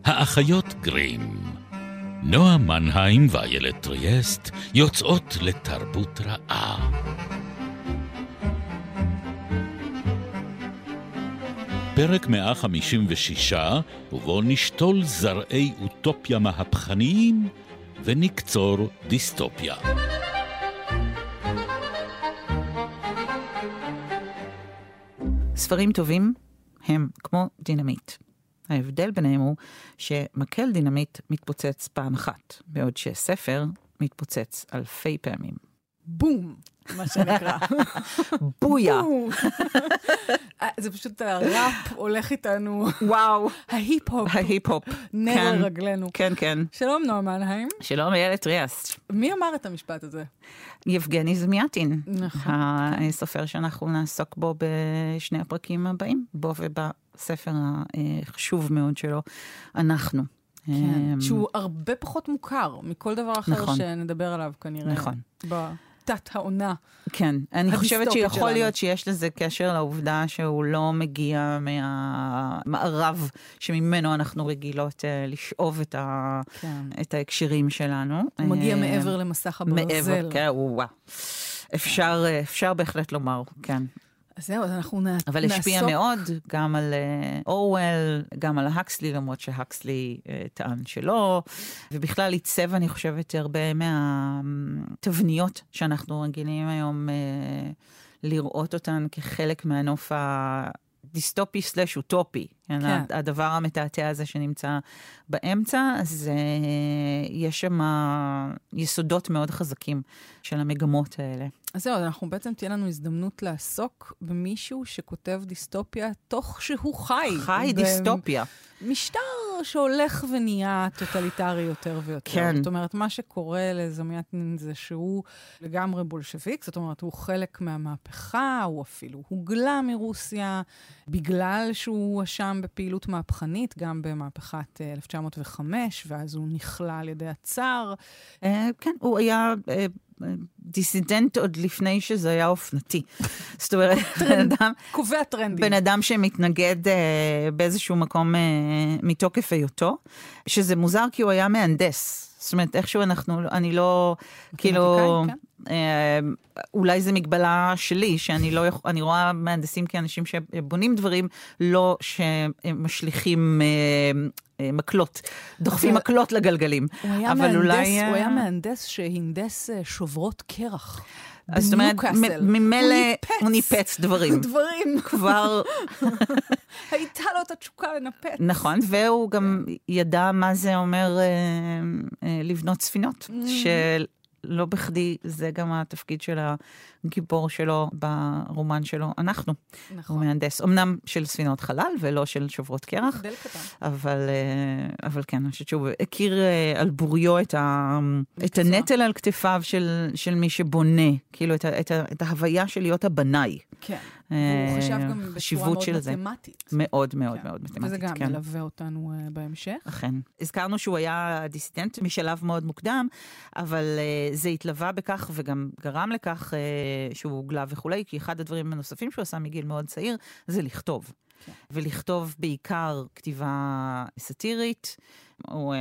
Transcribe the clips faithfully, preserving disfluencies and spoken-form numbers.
האחיות גרים. נועה מנהיים ואיילת טריאסט יוצאות לתרבות רעה. פרק מאה חמישים ושש, ובו נשתול זרעי אוטופיה מהפכניים ונקצור דיסטופיה. ספרים טובים הם כמו דינמיט. ההבדל ביניהם הוא שמקל דינמיט מתפוצץ פעם אחת, בעוד שספר מתפוצץ אלפי פעמים. בום, מה שנקרא. בויה. זה פשוט הראפ הולך איתנו. וואו. ההיפ-הופ. ההיפ-הופ. נר לרגלנו. כן, כן. שלום נועה מנהיים. שלום איילת טריאסט. מי אמר את המשפט הזה? יבגני זמיאטין. נכון. הסופר שאנחנו נעסוק בו בשני הפרקים הבאים, בו ובספר החשוב מאוד שלו, אנחנו. כן, שהוא הרבה פחות מוכר מכל דבר אחר נכון. שנדבר עליו כנראה. נכון. בתת העונה. כן, אני חושבת שיכול שלנו. להיות שיש לזה קשר לעובדה שהוא לא מגיע מהמערב שממנו אנחנו רגילות לשאוב את, ה... כן. את ההקשרים שלנו. הוא מגיע מעבר למסך הברזל. מעבר, כן, וואו. אפשר, אפשר בהחלט לומר, כן. אז זהו, אז אנחנו נעסוק. אבל השפיע מאוד גם על אורוול, גם על הקסלי, למרות שהקסלי טען שלא, ובכלל עיצב, אני חושבת, הרבה מהתבניות שאנחנו רגילים היום לראות אותן כחלק מהנוף הדיסטופי סלש אוטופי. כן. הדבר המתעתע הזה שנמצא באמצע, אז יש שם יסודות מאוד חזקים של המגמות האלה. אז זהו, אנחנו בעצם תהיה לנו הזדמנות לעסוק במישהו שכותב דיסטופיה תוך שהוא חי. חי דיסטופיה. משטר שהולך ונהיה טוטליטרי יותר ויותר. כן. זאת אומרת, מה שקורה לזמיאטין זה שהוא לגמרי בולשביק, זאת אומרת, הוא חלק מהמהפכה, הוא אפילו הוגלה מרוסיה, בגלל שהוא שם בפעילות מהפכנית, גם במהפכת אלף תשע מאות וחמש, ואז הוא נכלה על ידי הצאר. כן, הוא היה דיסידנט עוד לפני שזה היה אופנתי. זאת אומרת, בן אדם... קובע טרנדים. בן אדם שמתנגד באיזשהו מקום מתוקף היותו, שזה מוזר כי הוא היה מהנדס. זאת אומרת, איכשהו אנחנו, אני לא, כאילו, אולי זה מגבלה שלי, שאני לא, אני רואה מהנדסים כאנשים שבונים דברים, לא שמשליכים מקלות, דוחפים מקלות לגלגלים. הוא היה מהנדס, הוא היה מהנדס שהנדס שוברות קרח. אז זאת אומרת, ממילא הוא ניפץ דברים. דברים. כבר... הייתה לו את התשוקה לנפץ. נכון, והוא גם ידע מה זה אומר לבנות ספינות, שלא בכדי זה גם התפקיד של הגיבור שלו ברומן שלו, אנחנו. הוא מהנדס, אמנם של ספינות חלל ולא של שוברות קרח, אבל, אבל כן, אני חושבת שהוא הכיר על בוריו את, ה, את הנטל על כתפיו של, של מי שבונה, כאילו את, את, את ההוויה של להיות הבנאי. כן. והוא חשב גם בצורה מאוד מתמטית. מאוד מאוד מאוד מתמטית. וזה גם מלווה אותנו בהמשך. אכן. הזכרנו שהוא היה דיסידנט משלב מאוד מוקדם, אבל זה התלווה בכך וגם גרם לכך שהוא הוגלה וכולי, כי אחד הדברים הנוספים שהוא עשה מגיל מאוד צעיר, זה לכתוב. ולכתוב בעיקר כתיבה סאטירית. הוא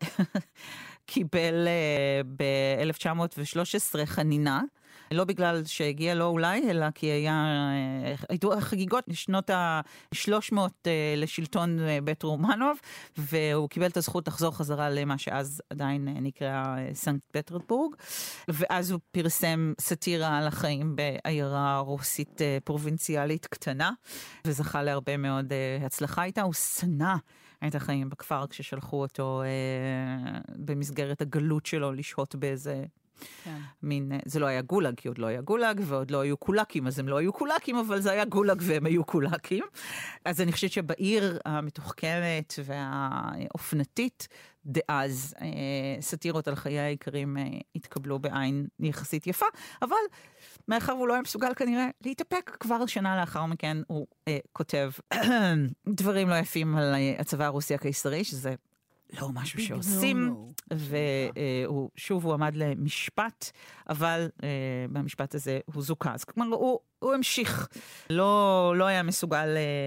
קיבל ב-אלף תשע מאות ושלוש עשרה חנינה, לא בגלל שהגיע לו אולי, אלא כי היה, הייתו החגיגות לשנות ה-שלוש מאות לשלטון בית רומנוב, והוא קיבל את הזכות לחזור חזרה למה שאז עדיין נקרא סנקט פטרבורג, ואז הוא פרסם סאטירה על החיים בעיירה רוסית פרובינציאלית קטנה, וזכה להרבה מאוד הצלחה איתה. הוא שנא את החיים בכפר כששלחו אותו אה, במסגרת הגלות שלו לשהות באיזה כן. מין, זה לא היה גולג, כי עוד לא היה גולג, ועוד לא היו קולקים, אז הם לא היו קולקים, אבל זה היה גולג והם היו קולקים. אז אני חושבת שבעיר המתוחכמת והאופנתית, דאז סאטירות על חיי העיקרים התקבלו בעין יחסית יפה, אבל מאחר הוא לא היה מסוגל כנראה להתאפק, כבר שנה לאחר מכן הוא כותב דברים לא יפים על הצבא הרוסי הקיסרי, שזה לא משהו שעושים, והוא, שוב, הוא עמד למשפט, אבל במשפט הזה הוא זוכז. כלומר, הוא, הוא המשיך, לא, לא היה מסוגל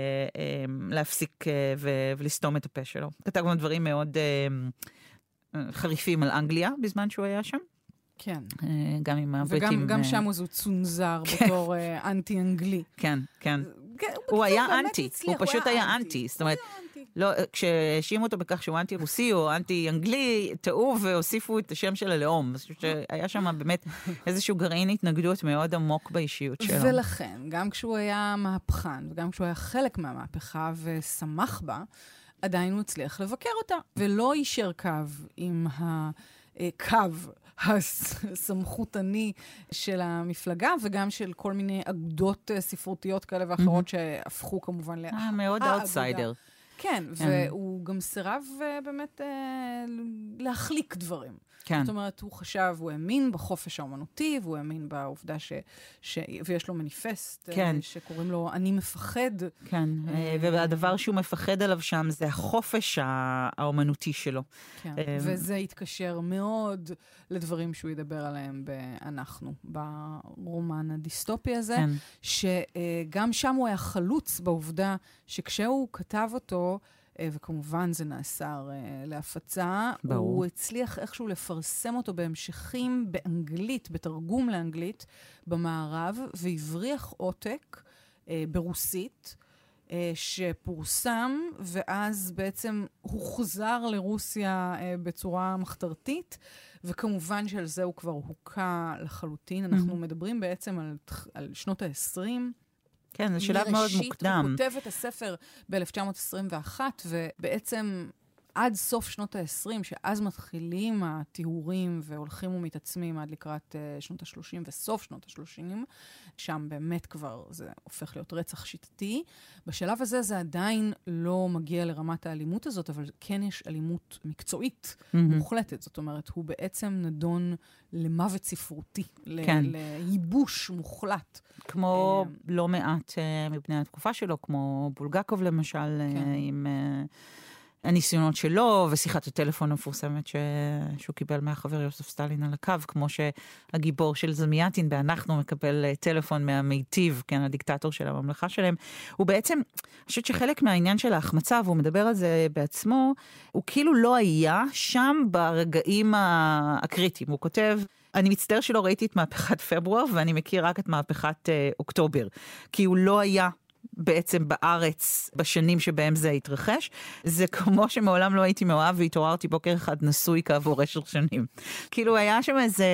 להפסיק ולסתום את הפה שלו. כתב גם דברים מאוד חריפים על אנגליה בזמן שהוא היה שם. כן. גם עם הבריטים. וגם גם שם הוא צונזר בתור אנטי-אנגלי. כן, כן. הוא היה אנטי, הוא פשוט היה אנטי. זאת אומרת, לא, כשהאשימו אותו בכך שהוא אנטי-רוסי או אנטי-אנגלי, טעו והוסיפו את השם של הלאום. היה שם באמת איזשהו גרעין התנגדות מאוד עמוק באישיות שלו. ולכן, גם כשהוא היה מהפכן, וגם כשהוא היה חלק מהמהפכה ושמח בה, עדיין הוא הצליח לבקר אותה, ולא יישר קו עם הקו הסמכותני של המפלגה, וגם של כל מיני אגודות ספרותיות כאלה ואחרות שהפכו כמובן לאגודה. מאוד אאוטסיידר. כן, והוא גם סירב באמת להחליק דברים. כן. זאת אומרת, הוא חשב, הוא האמין בחופש האומנותי, והוא האמין בעובדה ש... ש... ויש לו מניפסט, כן. שקוראים לו אני מפחד. כן, והדבר שהוא מפחד עליו שם זה החופש האומנותי שלו. כן, וזה התקשר מאוד לדברים שהוא ידבר עליהם באנחנו, ברומן הדיסטופי הזה, כן. שגם שם הוא היה חלוץ בעובדה שכשהוא כתב אותו, וכמובן זה נאסר uh, להפצה, ברור. הוא הצליח איכשהו לפרסם אותו בהמשכים באנגלית, בתרגום לאנגלית, במערב, והבריח עותק uh, ברוסית, uh, שפורסם, ואז בעצם הוחזר לרוסיה uh, בצורה מחתרתית, וכמובן שעל זה הוא כבר הוקע לחלוטין. Mm-hmm. אנחנו מדברים בעצם על, על שנות ה-עשרים, כן, זה שלב מאוד מוקדם. הוא כותב את הספר ב-אלף תשע מאות עשרים ואחת, ובעצם עד סוף שנות ה-עשרים, שאז מתחילים הטיהורים והולכים ומתעצמים עד לקראת uh, שנות ה-שלושים וסוף שנות ה-שלושים, שם באמת כבר זה הופך להיות רצח שיטתי. בשלב הזה זה עדיין לא מגיע לרמת האלימות הזאת, אבל כן יש אלימות מקצועית mm-hmm. מוחלטת. זאת אומרת, הוא בעצם נדון למוות ספרותי, כן. לייבוש מוחלט. כמו לא מעט uh, מבני התקופה שלו, כמו בולגקוב למשל, כן. uh, עם... Uh, הניסיונות שלו, ושיחת הטלפון המפורסמת ש... שהוא קיבל מהחבר יוסף סטלין על הקו, כמו שהגיבור של זמיאטין באנחנו מקבל טלפון מהמיטיב, כן, הדיקטטור של הממלכה שלהם. הוא בעצם, אני חושבת שחלק מהעניין של ההחמצה, והוא מדבר על זה בעצמו, הוא כאילו לא היה שם ברגעים הקריטיים. הוא כותב, אני מצטער שלא ראיתי את מהפכת פברואר, ואני מכיר רק את מהפכת אה, אוקטובר, כי הוא לא היה בעצם בארץ בשנים שבהם זה התרחש. זה כמו שמעולם לא הייתי מאוהב והתעוררתי בוקר אחד נשוי כעבור עשר שנים. כאילו היה שם איזה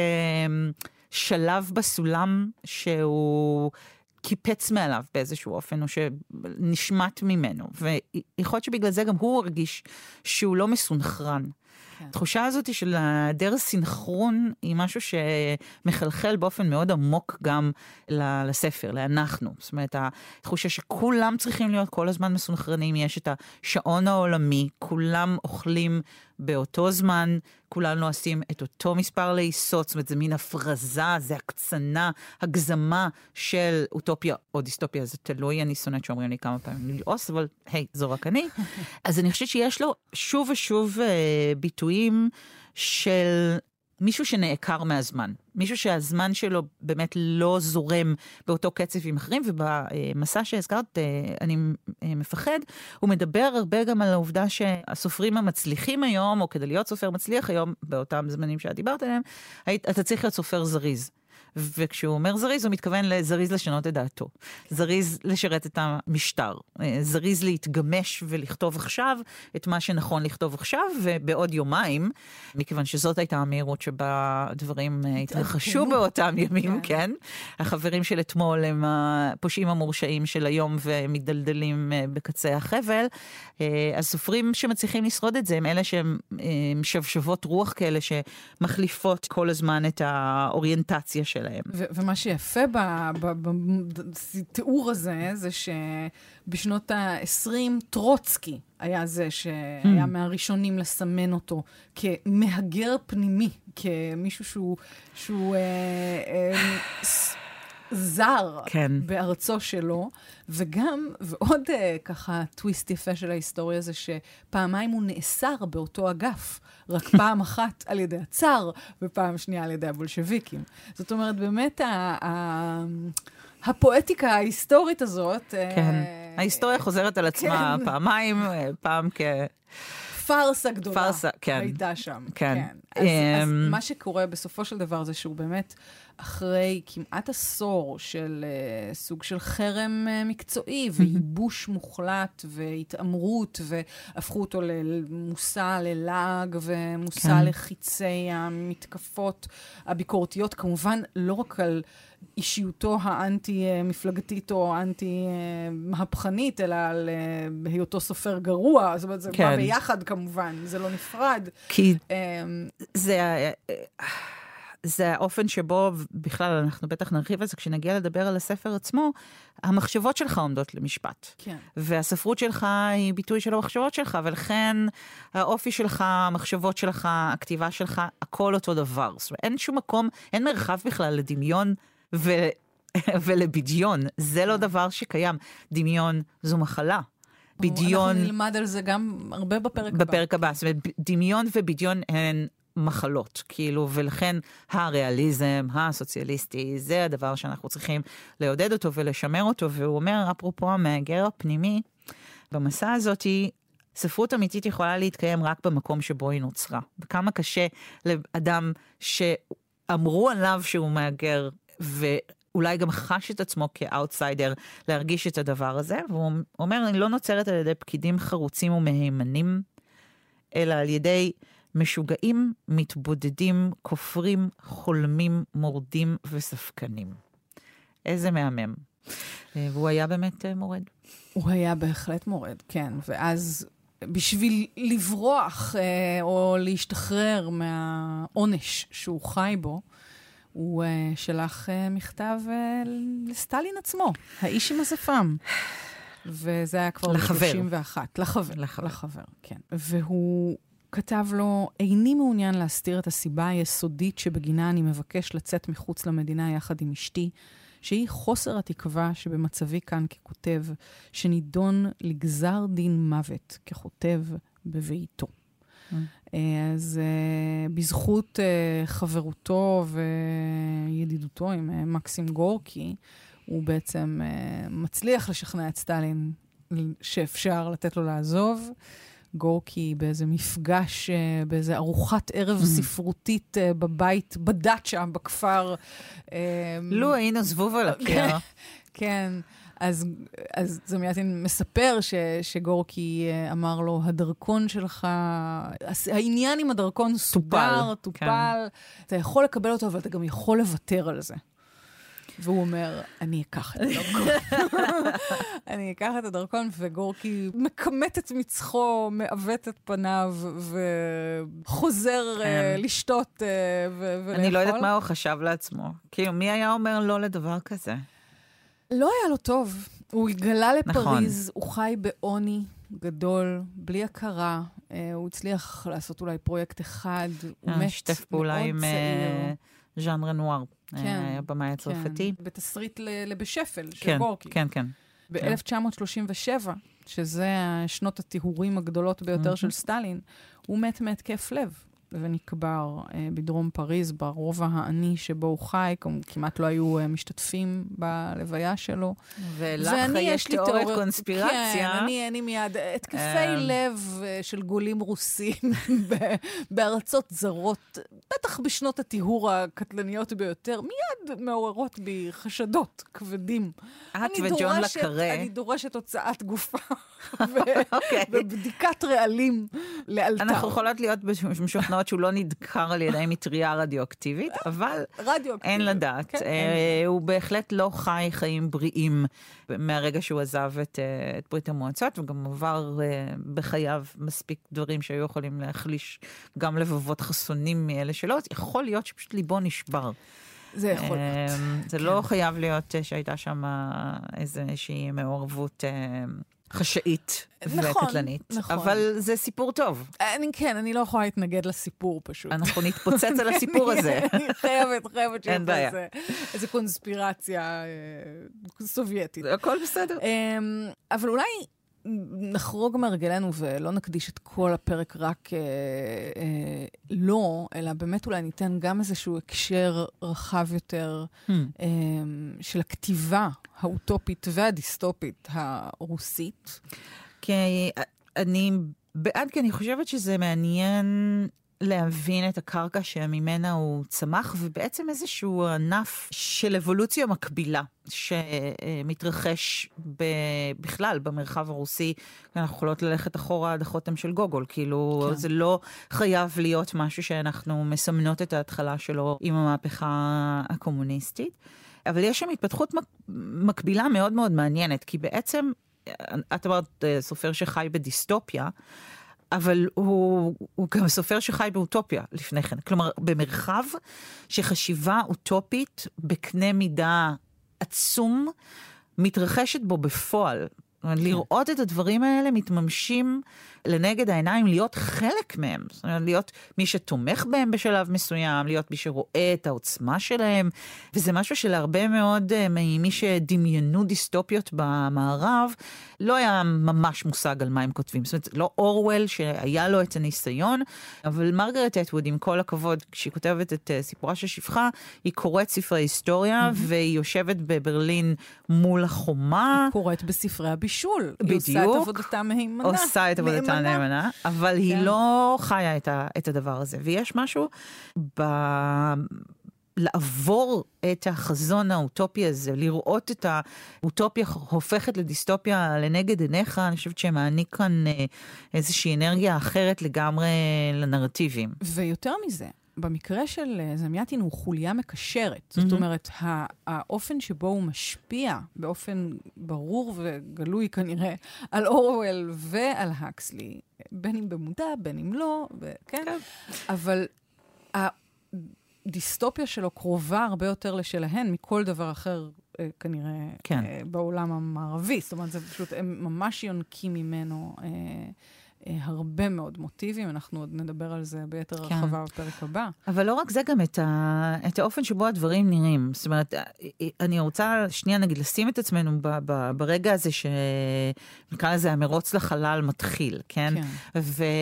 שלב בסולם שהוא קיפץ מעליו באיזשהו אופן, או שנשמט ממנו. ויכול להיות שבגלל זה גם הוא הרגיש שהוא לא מסונכרן. התחושה הזאת של היעדר סינכרון היא משהו שמחלחל באופן מאוד עמוק גם לספר, לאנחנו. זאת אומרת, התחושה שכולם צריכים להיות כל הזמן מסונכרנים, יש את השעון העולמי, כולם אוכלים באותו זמן, כולם לא עושים את אותו מספר לעיסות, זאת אומרת, זה מין הפרזה, זה הקצנה, הגזמה של אוטופיה או דיסטופיה, זה תלוי, אני שונאת שאומרים לי כמה פעמים ללעוס, אבל היי, זו רק אני. אז אני חושבת שיש לו שוב ושוב אה, ביטויים של מישהו שנעקר מהזמן. מישהו שהזמן שלו באמת לא זורם באותו קצב עם אחרים, ובמסע שהזכרת, אני מפחד, הוא מדבר הרבה גם על העובדה שהסופרים המצליחים היום, או כדי להיות סופר מצליח היום, באותם זמנים שאת דיברת עליהם, אתה צריך להיות סופר זריז. וכשהוא אומר זריז, הוא מתכוון לזריז לשנות את דעתו. זריז לשרת את המשטר. זריז להתגמש ולכתוב עכשיו את מה שנכון לכתוב עכשיו, ובעוד יומיים, מכיוון שזאת הייתה המהירות שבה דברים התרחשו באותם ימים, כן? החברים של אתמול הם הפושעים המורשעים של היום ומדלדלים בקצה החבל. הסופרים שמצליחים לשרוד את זה הם אלה שהם שבשבות רוח כאלה שמחליפות כל הזמן את האוריינטציה שלהם. ו- ומה שיפה בתיאור הזה, זה שבשנות ה-עשרים טרוצקי היה זה שהיה מהראשונים לסמן אותו כמהגר פנימי, כמישהו שהוא, שהוא אה, אה, זר כן. בארצו שלו, וגם, ועוד uh, ככה טוויסט יפה של ההיסטוריה זה שפעמיים הוא נאסר באותו אגף, רק פעם אחת על ידי הצאר, ופעם שנייה על ידי הבולשביקים. זאת אומרת, באמת ה... ה... הפואטיקה ההיסטורית הזאת... כן, uh, ההיסטוריה חוזרת על עצמה כן. פעמיים, פעם כ... פרסה גדולה פרסה, כן. הייתה שם. כן. כן. אז, אז מה שקורה בסופו של דבר זה שהוא באמת, אחרי כמעט עשור של uh, סוג של חרם uh, מקצועי, וייבוש מוחלט, והתאמרות, והפכו אותו למושא ללעג, ומושא כן. לחיצי המתקפות הביקורתיות, כמובן לא רק על אישיותו האנטי-מפלגתית או האנטי-מהפכנית, אלא על היותו סופר גרוע. זאת אומרת, זה בא ביחד כמובן, זה לא נפרד. כי זה... זה האופן שבו, בכלל אנחנו בטח נרחיב על זה, כשנגיע לדבר על הספר עצמו, המחשבות שלך עומדות למשפט. כן. והספרות שלך היא ביטוי של המחשבות שלך, ולכן האופי שלך, המחשבות שלך, הכתיבה שלך, הכל אותו דבר. זאת אומרת, אין שום מקום, אין מרחב בכלל לדמיון ו... ולבדיון. זה לא דבר שקיים. דמיון זו מחלה. בדיון... אנחנו נלמד על זה גם הרבה בפרק הבא. בפרק הבא. זאת אומרת, דמיון ובדיון הן מחלות, כאילו, ולכן הריאליזם, הסוציאליסטי, זה הדבר שאנחנו צריכים לעודד אותו ולשמר אותו, והוא אומר, אפרופו המהגר הפנימי, במסע הזאת, ספרות אמיתית יכולה להתקיים רק במקום שבו היא נוצרה. וכמה קשה לאדם שאמרו עליו שהוא מהגר, ואולי גם חש את עצמו כאוטסיידר, להרגיש את הדבר הזה, והוא אומר, אני לא נוצרת על ידי פקידים חרוצים ומהימנים, אלא על ידי משוגעים, מתבודדים, כופרים, חולמים, מורדים וספקנים. איזה מהמם. והוא היה באמת מורד. הוא היה בהחלט מורד, כן. ואז בשביל לברוח או להשתחרר מהעונש שהוא חי בו, הוא שלח מכתב לסטלין עצמו, האיש עם השפם. וזה היה כבר ב-שלושים ואחת. לחבר. לחבר. לחבר, כן. והוא כתב לו, איני מעוניין להסתיר את הסיבה היסודית שבגינה אני מבקש לצאת מחוץ למדינה יחד עם אשתי, שהיא חוסר התקווה שבמצבי כאן ככותב, שנידון לגזר דין מוות ככותב בביתו. Mm. אז uh, בזכות uh, חברותו וידידותו עם uh, מקסים גורקי, הוא בעצם uh, מצליח לשכנע את סטלין שאפשר לתת לו לעזוב. גורקי באיזה מפגש, באיזה ארוחת ערב mm. ספרותית בבית, בדת שם, בכפר. לא, היינו זבוב על הקר. כן, אז, אז זמיאטין מספר ש, שגורקי אמר לו, הדרכון שלך, העניין עם הדרכון סודר, טופל, כן. אתה יכול לקבל אותו, אבל אתה גם יכול לוותר על זה. והוא אומר, אני אקח את הדרכון. אני אקח את הדרכון, וגורקי מקמת את מצחו, מעוות את פניו, וחוזר לשתות ולאכול. אני לא יודעת מה הוא חשב לעצמו. כאילו, מי היה אומר לא לדבר כזה? לא היה לו טוב. הוא התגלה לפריז, הוא חי בעוני גדול, בלי הכרה. הוא הצליח לעשות אולי פרויקט אחד. הוא מת שתף פעולה עם ז'אן רנואר. היה במאי הצרפתי. בתסריט לבשפל של גורקי. כן, כן. ב-אלף תשע מאות שלושים ושבע, שזה שנות הטיהורים הגדולות ביותר של סטלין, הוא מת מהתקף לב. ונקבר אה, בדרום פריז, ברובע העני שבו הוא חי, כמעט לא היו אה, משתתפים בלוויה שלו. ולך יש תיאוריית קונספירציה. כן, אני, אני מיד, התקפי לב אה, של גולים רוסים בארצות זרות, בטח בשנות הטיהור הקטלניות ביותר, מיד מעוררות בי חשדות כבדים. את וג'ון לקרה. אני דורשת הוצאת גופה ובדיקת רעלים לאלתר. אנחנו יכולות להיות משוכנעות שהוא לא נדקר על ידי מטריה רדיואקטיבית, אבל אין לדעת. הוא בהחלט לא חי חיים בריאים מהרגע שהוא עזב את ברית המועצות, וגם עבר בחייו מספיק דברים שהיו יכולים להחליש גם לבבות חסונים מאלה שלו. אז יכול להיות שפשוט ליבו נשבר. זה יכול להיות. זה לא חייב להיות שהייתה שם איזושהי מעורבות חשאית נכון, וקטלנית. נכון. אבל זה סיפור טוב. אני, כן, אני לא יכולה להתנגד לסיפור פשוט. אנחנו נתפוצץ על הסיפור הזה. אני חייבת, חייבת אין בעיה. איזה, איזה קונספירציה אה, סובייטית. הכל בסדר. אה, אבל אולי נחרוג מהרגלנו ולא נקדיש את כל הפרק רק אה, אה, לא, אלא באמת אולי ניתן גם איזשהו הקשר רחב יותר hmm. אה, של הכתיבה האוטופית והדיסטופית הרוסית. כי אני בעד, כי אני חושבת שזה מעניין להבין את הקרקע שממנה הוא צמח, ובעצם איזשהו ענף של אבולוציה מקבילה, שמתרחש בכלל במרחב הרוסי. אנחנו יכולות ללכת אחורה עד החותם של גוגול, כאילו כן. זה לא חייב להיות משהו שאנחנו מסמנות את ההתחלה שלו עם המהפכה הקומוניסטית, אבל יש שם התפתחות מקבילה מאוד מאוד מעניינת, כי בעצם, את אמרת סופר שחי בדיסטופיה, אבל הוא, הוא גם סופר שחי באוטופיה לפני כן. כלומר, במרחב שחשיבה אוטופית בקנה מידה עצום, מתרחשת בו בפועל. לראות את הדברים האלה מתממשים לנגד העיניים, להיות חלק מהם. זאת אומרת, להיות מי שתומך בהם בשלב מסוים, להיות מי שרואה את העוצמה שלהם, וזה משהו שלהרבה מאוד ממי שדמיינו דיסטופיות במערב, לא היה ממש מושג על מה הם כותבים. זאת אומרת, לא אורוול שהיה לו את הניסיון, אבל מרגרט אטווד, עם כל הכבוד, כשהיא כותבת את סיפורה של שפחה, היא קוראת ספרי היסטוריה, mm-hmm. והיא יושבת בברלין מול החומה. היא קוראת בספרי הבישול. בדיוק. היא עושה את עבודתה מהימנה. עושה את עבודתה נאמנה, אבל היא לא חיה את, ה, את הדבר הזה. ויש משהו ב... לעבור את החזון האוטופי הזה, לראות את האוטופיה הופכת לדיסטופיה לנגד עיניך, אני חושבת שמעניק כאן איזושהי אנרגיה אחרת לגמרי לנרטיבים. ויותר מזה, במקרה של זמיאטין הוא חוליה מקשרת. זאת אומרת, האופן שבו הוא משפיע באופן ברור וגלוי כנראה על אורוול ועל הקסלי, בין אם במודע, בין אם לא, כן? אבל הדיסטופיה שלו קרובה הרבה יותר לשלהן מכל דבר אחר כנראה בעולם המערבי. זאת אומרת, זה פשוט, הם ממש יונקים ממנו הרבה מאוד מוטיבים, אנחנו עוד נדבר על זה ביתר כן. הרחבה בפרק הבא. אבל לא רק זה, גם את, ה... את האופן שבו הדברים נראים. זאת אומרת, אני רוצה שנייה נגיד לשים את עצמנו ב... ב... ברגע הזה שנקרא לזה המרוץ לחלל מתחיל, כן? כן.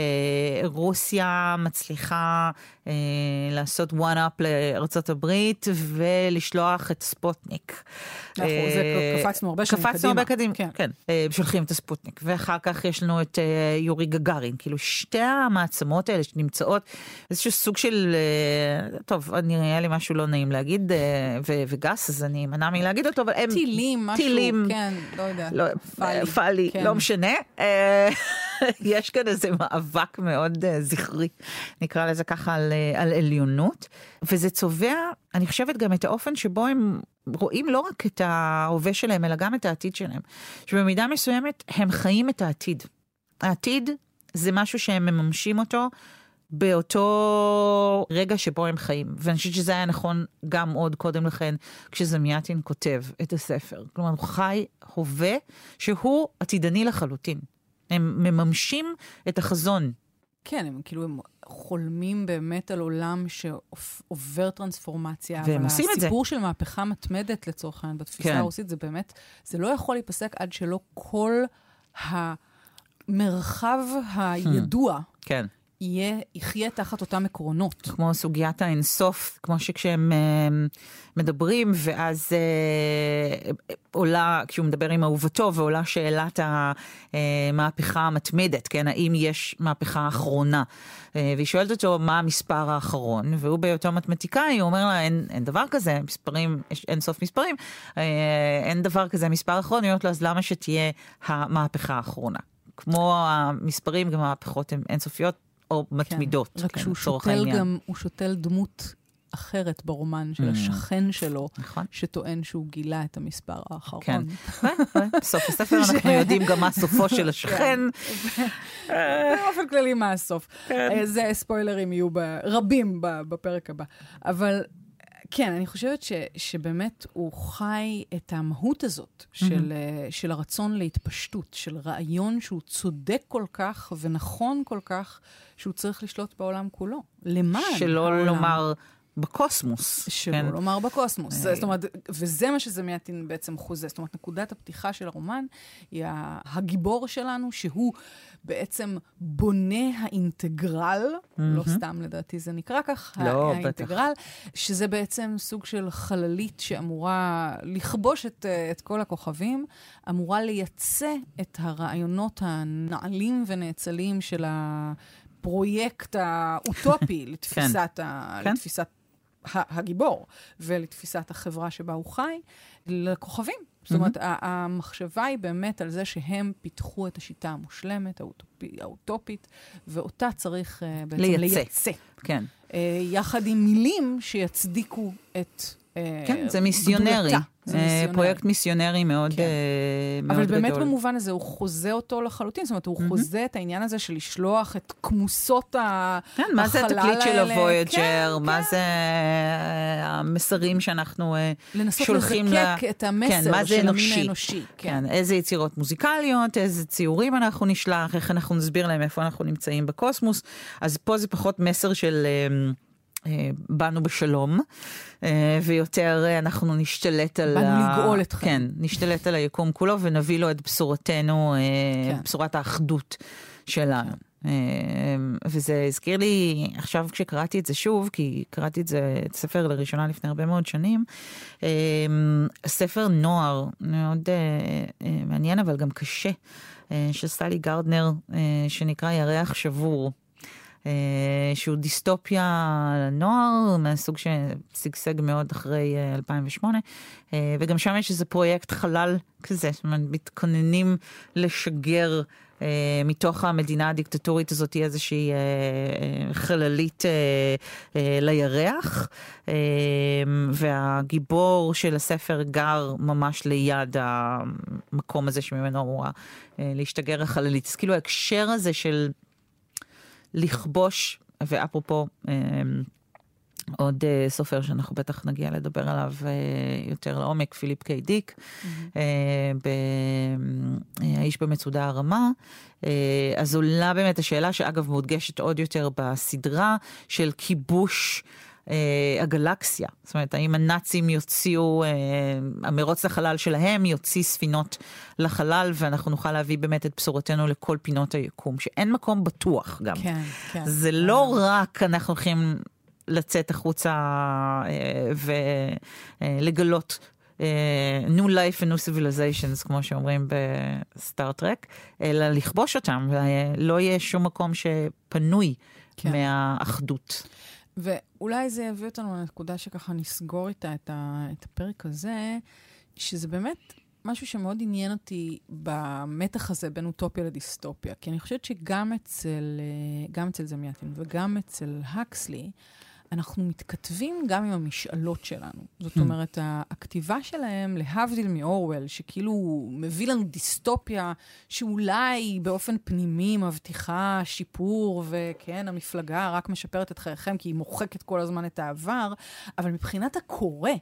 ורוסיה מצליחה אה, לעשות one-up לארצות הברית ולשלוח את ספוטניק. אנחנו, אה, זה קפצנו הרבה שנים קדימה. קפצנו הרבה קדימה, כן. כן. אה, שולחים את הספוטניק. ואחר כך יש לנו את אה, יורי גגארין, כאילו שתי המעצמות האלה שנמצאות, איזשהו סוג של, טוב, נראה לי משהו לא נעים להגיד, ו- וגס, אז אני מנע מלהגיד אותו, אבל הם... טילים, משהו, טילים, כן, לא יודע. לא, פאלי, פאלי, כן. לא משנה. יש כאן איזה מאבק מאוד זכרי, נקרא לזה ככה, על, על עליונות, וזה צובע, אני חושבת גם את האופן שבו הם רואים לא רק את ההווה שלהם, אלא גם את העתיד שלהם, שבמידה מסוימת הם חיים את העתיד. העתיד זה משהו שהם מממשים אותו באותו רגע שבו הם חיים. ואני חושבת שזה היה נכון גם עוד קודם לכן, כשזמיאטין כותב את הספר. כלומר, הוא חי הווה שהוא עתידני לחלוטין. הם מממשים את החזון. כן, הם כאילו הם חולמים באמת על עולם שעובר טרנספורמציה. והם עושים את זה. אבל הסיפור של מהפכה מתמדת לצורך העניין בתפיסה כן. הרוסית, זה באמת, זה לא יכול להיפסק עד שלא כל ה... מרחב הידוע כן. יהיה, יחיה תחת אותם עקרונות. כמו סוגיית האינסוף, כמו שכשהם uh, מדברים, ואז uh, עולה, כשהוא מדבר עם אהובתו, ועולה שאלת המהפכה המתמדת, כן, האם יש מהפכה האחרונה? Uh, והיא שואלת אותו מה המספר האחרון, והוא בהיותו מתמטיקאי, הוא אומר לה, אין, אין דבר כזה, מספרים, אין סוף מספרים, uh, אין דבר כזה, מספר האחרון, היא אומרת לו, אז למה שתהיה המהפכה האחרונה? כמו המספרים, גם המהפכות הן אינסופיות או מתמידות. כן, רק שהוא שותל גם, הוא שותל דמות אחרת ברומן של השכן שלו, שטוען שהוא גילה את המספר האחרון. כן, בסוף הספר אנחנו יודעים גם מה סופו של השכן. באופן כללי מה הסוף. זה ספוילרים יהיו רבים בפרק הבא. אבל כן, אני חושבת ש, שבאמת הוא חי את המהות הזאת של, mm-hmm. של הרצון להתפשטות, של רעיון שהוא צודק כל כך ונכון כל כך, שהוא צריך לשלוט בעולם כולו. למען שלא העולם. לומר בקוסמוס. שלא כן. לומר בקוסמוס. זאת אומרת, וזה מה שזה מייטין בעצם חוזה. זאת אומרת, נקודת הפתיחה של הרומן היא הגיבור שלנו, שהוא בעצם בונה האינטגרל, mm-hmm. לא סתם לדעתי זה נקרא כך, לא, האינטגרל, שזה בעצם סוג של חללית שאמורה לכבוש את, את כל הכוכבים, אמורה לייצא את הרעיונות הנעלים ונאצלים של הפרויקט האוטופי לתפיסת, כן. ה, כן. לתפיסת הגיבור ולתפיסת החברה שבה הוא חי, לכוכבים. זאת אומרת, mm-hmm. המחשבה היא באמת על זה שהם פיתחו את השיטה המושלמת, האוטופית, האוטופית ואותה צריך uh, בעצם לייצא. לייצא. כן. Uh, יחד עם מילים שיצדיקו את כן, זה מיסיונרי. זה מיסיונרי. פרויקט מיסיונרי מאוד, כן. uh, מאוד אבל גדול. אבל באמת במובן הזה הוא חוזה אותו לחלוטין, זאת אומרת, הוא mm-hmm. חוזה את העניין הזה של לשלוח את כמוסות החלל האלה. כן, מה זה התקליט של הוויג'ר, כן, מה כן. זה המסרים שאנחנו לנסות שולחים ל... לזקק את המסר כן, של המין האנושי. כן. כן, איזה יצירות מוזיקליות, איזה ציורים אנחנו נשלח, איך אנחנו נסביר להם איפה אנחנו נמצאים בקוסמוס. אז פה זה פחות מסר של... באנו בשלום, ויותר אנחנו נשתלט על... באנו לגאול אתכם. כן, נשתלט על היקום כולו, ונביא לו את בשורתנו, כן. בשורת האחדות שלנו. וזה הזכיר לי, עכשיו כשקראתי את זה שוב, כי קראתי את זה, את ספר לראשונה לפני הרבה מאוד שנים, ספר נוער, מאוד מעניין, אבל גם קשה, של סטלי גרדנר, שנקרא ירח שבור. שהוא דיסטופיה לנוער, מהסוג ששגשג מאוד אחרי אלפיים ושמונה, וגם שם יש איזה פרויקט חלל כזה, זאת אומרת, מתכוננים לשגר מתוך המדינה הדיקטטורית הזאת איזושהי חללית לירח, והגיבור של הספר גר ממש ליד המקום הזה שממנו אמורה להשתגר החללית. אז כאילו ההקשר הזה של לכבוש, ואפרופו אה, עוד אה, סופר שאנחנו בטח נגיע לדבר עליו אה, יותר לעומק, פיליפ קיי דיק, mm-hmm. אה, ב, אה, האיש במצודה הרמה, אה, אז עולה באמת השאלה שאגב מודגשת עוד יותר בסדרה של כיבוש הגלקסיה. זאת אומרת, האם הנאצים יוציאו, המרוץ לחלל שלהם יוציא ספינות לחלל, ואנחנו נוכל להביא באמת את בשורתנו לכל פינות היקום, שאין מקום בטוח גם. כן, כן. זה לא רק אנחנו הולכים לצאת החוצה ולגלות new life and new civilizations, כמו שאומרים בסטאר טרק, אלא לכבוש אותם, ולא יהיה שום מקום שפנוי כן. מהאחדות. ואולי זה יביא אותנו לנקודה שככה נסגור איתה את, ה, את הפרק הזה, שזה באמת משהו שמאוד עניין אותי במתח הזה בין אוטופיה לדיסטופיה. כי אני חושבת שגם אצל, גם אצל זמיאטין וגם אצל הקסלי, אנחנו מתכתבים גם עם המשאלות שלנו. זאת אומרת, הכתיבה שלהם, להבדיל מאורוול, שכאילו מביא לנו דיסטופיה, שאולי באופן פנימי מבטיחה שיפור, וכן, המפלגה רק משפרת את חייכם, כי היא מוחקת כל הזמן את העבר, אבל מבחינת הקורא,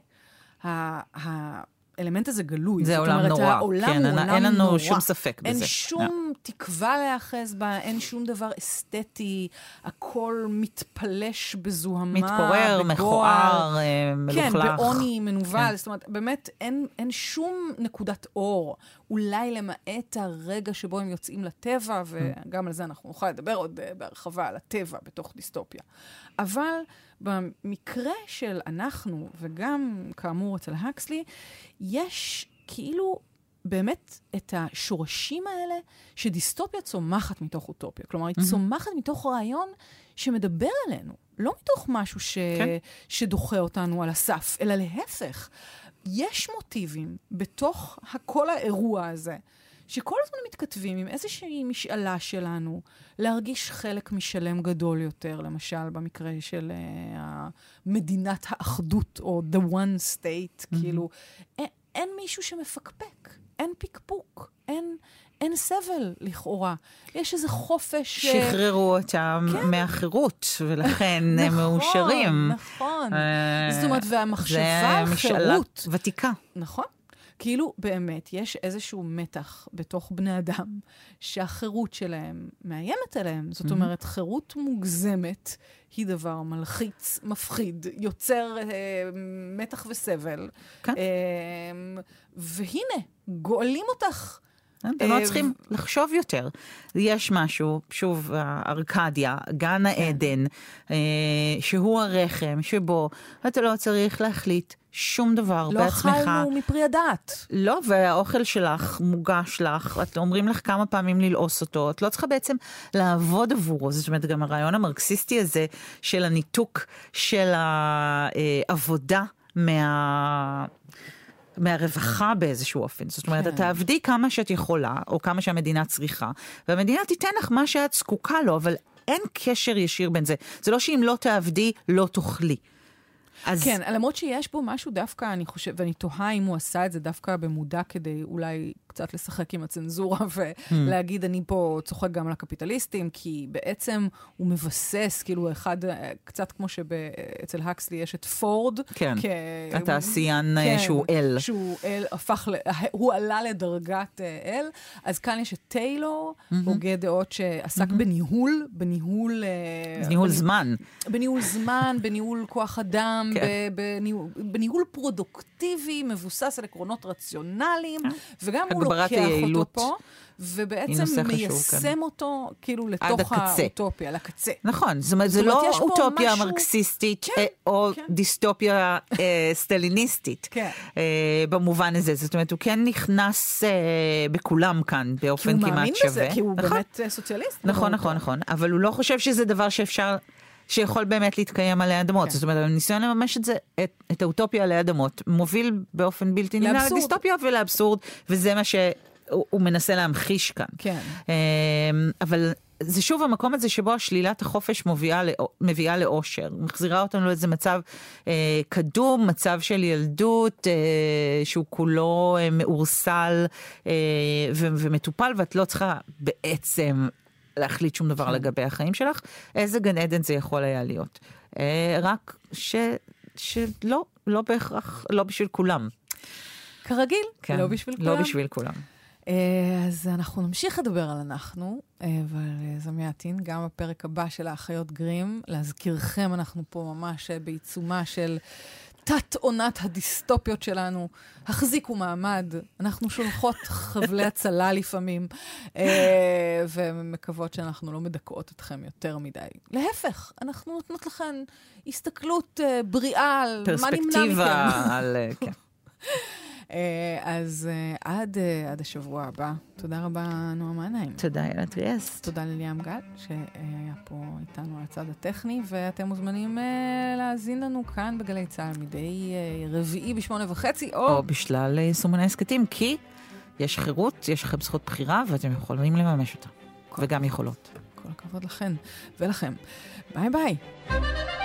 האלמנט הזה גלוי. זה עולם נורא. העולם כן, הוא עולם אין לנו נורא. שום ספק אין בזה. אין שום תקווה להאחז בה, אין שום דבר אסתטי, הכל מתפלש בזוהמה, מתפורר, מכוער, מלוכלך. כן, בעוני, מנוול. כן. זאת אומרת, באמת אין, אין שום נקודת אור. אולי למעט הרגע שבו הם יוצאים לטבע, וגם על זה אנחנו נוכל לדבר עוד בהרחבה על הטבע בתוך דיסטופיה. אבל במקרה של אנחנו, וגם כאמור אצל הקסלי, יש כאילו באמת את השורשים האלה שדיסטופיה צומחת מתוך אוטופיה. כלומר, היא צומחת מתוך רעיון שמדבר עלינו. לא מתוך משהו ש... כן. שדוחה אותנו על הסף, אלא להפך. יש מוטיבים בתוך כל האירוע הזה, שכל הזמן מתכתבים עם איזושהי משאלה שלנו, להרגיש חלק משלם גדול יותר, למשל במקרה של uh, מדינת האחדות, או the one state, mm-hmm. כאילו, אין, אין מישהו שמפקפק, אין פיקפוק, אין, אין סבל לכאורה. יש איזה חופש... שחררו אותם כן. מהחירות, ולכן נכון, הם מאושרים. נכון, נכון. זאת אומרת, והמחשבה על חירות... ותיקה. נכון. כאילו באמת יש איזשהו מתח בתוך בני אדם שהחירות שלהם מאיימת עליהם. זאת אומרת, חירות מוגזמת היא דבר מלחיץ, מפחיד, יוצר אה, מתח וסבל. כן. אה, והנה, גואלים אותך. אתם לא צריכים לחשוב יותר. יש משהו, שוב, ארקדיה, גן העדן, שהוא הרחם, שבו אתה לא צריך להחליט שום דבר בעצמך. לא אכלנו מפרי הדעת. לא, והאוכל שלך מוגש לך, את אומרים לך כמה פעמים ללעוס אותו, את לא צריכה בעצם לעבוד עבורו. זאת אומרת, גם הרעיון המרקסיסטי הזה של הניתוק של העבודה מה... מהרווחה באיזשהו אופן. זאת אומרת, כן. אתה עבדי כמה שאת יכולה, או כמה שהמדינה צריכה, והמדינה תיתן לך מה שאת זקוקה לו, אבל אין קשר ישיר בין זה. זה לא שאם לא תעבדי, לא תאכלי. אז... כן, למרות שיש בו משהו דווקא, אני חושב, ואני תוהה אם הוא עשה את זה דווקא במודע כדי אולי קצת לשחק עם הצנזורה ולהגיד, אני פה צוחק גם על הקפיטליסטים, כי בעצם הוא מבסס, כאילו אחד, קצת כמו שאצל הקסלי יש את פורד. כן, התעשיין שהוא אל. שהוא אל, הפך, הוא עלה לדרגת אל. אז כאן יש את טיילור, הוגה דעות שעסק בניהול, בניהול... בניהול זמן. בניהול זמן, בניהול כוח אדם, בניהול פרודוקטיבי, מבוסס על עקרונות רציונליים, וגם הוא לוקח אותו פה, ובעצם מיישם אותו כאילו לתוך האוטופיה, לקצה. נכון, זאת אומרת, זה לא אוטופיה מרקסיסטית, או דיסטופיה סטליניסטית, במובן הזה. זאת אומרת, הוא כן נכנס בכולם כאן, באופן כמעט שווה. כי הוא מאמין בזה, כי הוא באמת סוציאליסט. נכון, נכון, נכון. אבל הוא לא חושב שזה דבר שאפשר... שיכול באמת להתקיים עלי אדמות. זאת אומרת, הניסיון לממש את זה, את, את האוטופיה עלי אדמות, מוביל באופן בלתי נמנע לדיסטופיה ולאבסורד, וזה מה שהוא מנסה להמחיש כאן. כן. אבל זה שוב המקום הזה שבו השלילת החופש מביאה, מביאה לאושר, מחזירה אותנו לאיזה מצב אה, קדום, מצב של ילדות, אה, שהוא כולו אה, מאורסל אה, ו- ומטופל, ואת לא צריכה בעצם... להחליט שום דבר לגבי החיים שלך, איזה גן עדן זה יכול היה להיות. רק ש... שלא, לא בהכרח, לא בשביל כולם. כרגיל, לא בשביל כולם. לא בשביל כולם. אז אנחנו נמשיך לדבר על אנחנו, אבל זה מעטין, גם בפרק הבא של האחיות גרים, להזכירכם, אנחנו פה ממש בעיצומה של... תת עונת הדיסטופיות שלנו, החזיקו מעמד, אנחנו שולחות חבלי הצלה לפעמים, ומקוות שאנחנו לא מדכאות אתכם יותר מדי. להפך, אנחנו נותנות לכם הסתכלות בריאה על מה נמנע מכם. פרספקטיבה על... כן. אז עד, עד השבוע הבא, תודה רבה נועה מעניים. תודה יאללה טריאס. תודה לליאם גל, שהיה פה איתנו על הצד הטכני, ואתם מוזמנים להאזין לנו כאן בגלי צהל מדי רביעי בשמונה וחצי, או... או בשלל יישומוני הסקטים, כי יש חירות, יש לכם זכות בחירה, ואתם יכולים לממש אותה. וגם יכולות. כל הכבוד לכן ולכם. ביי ביי.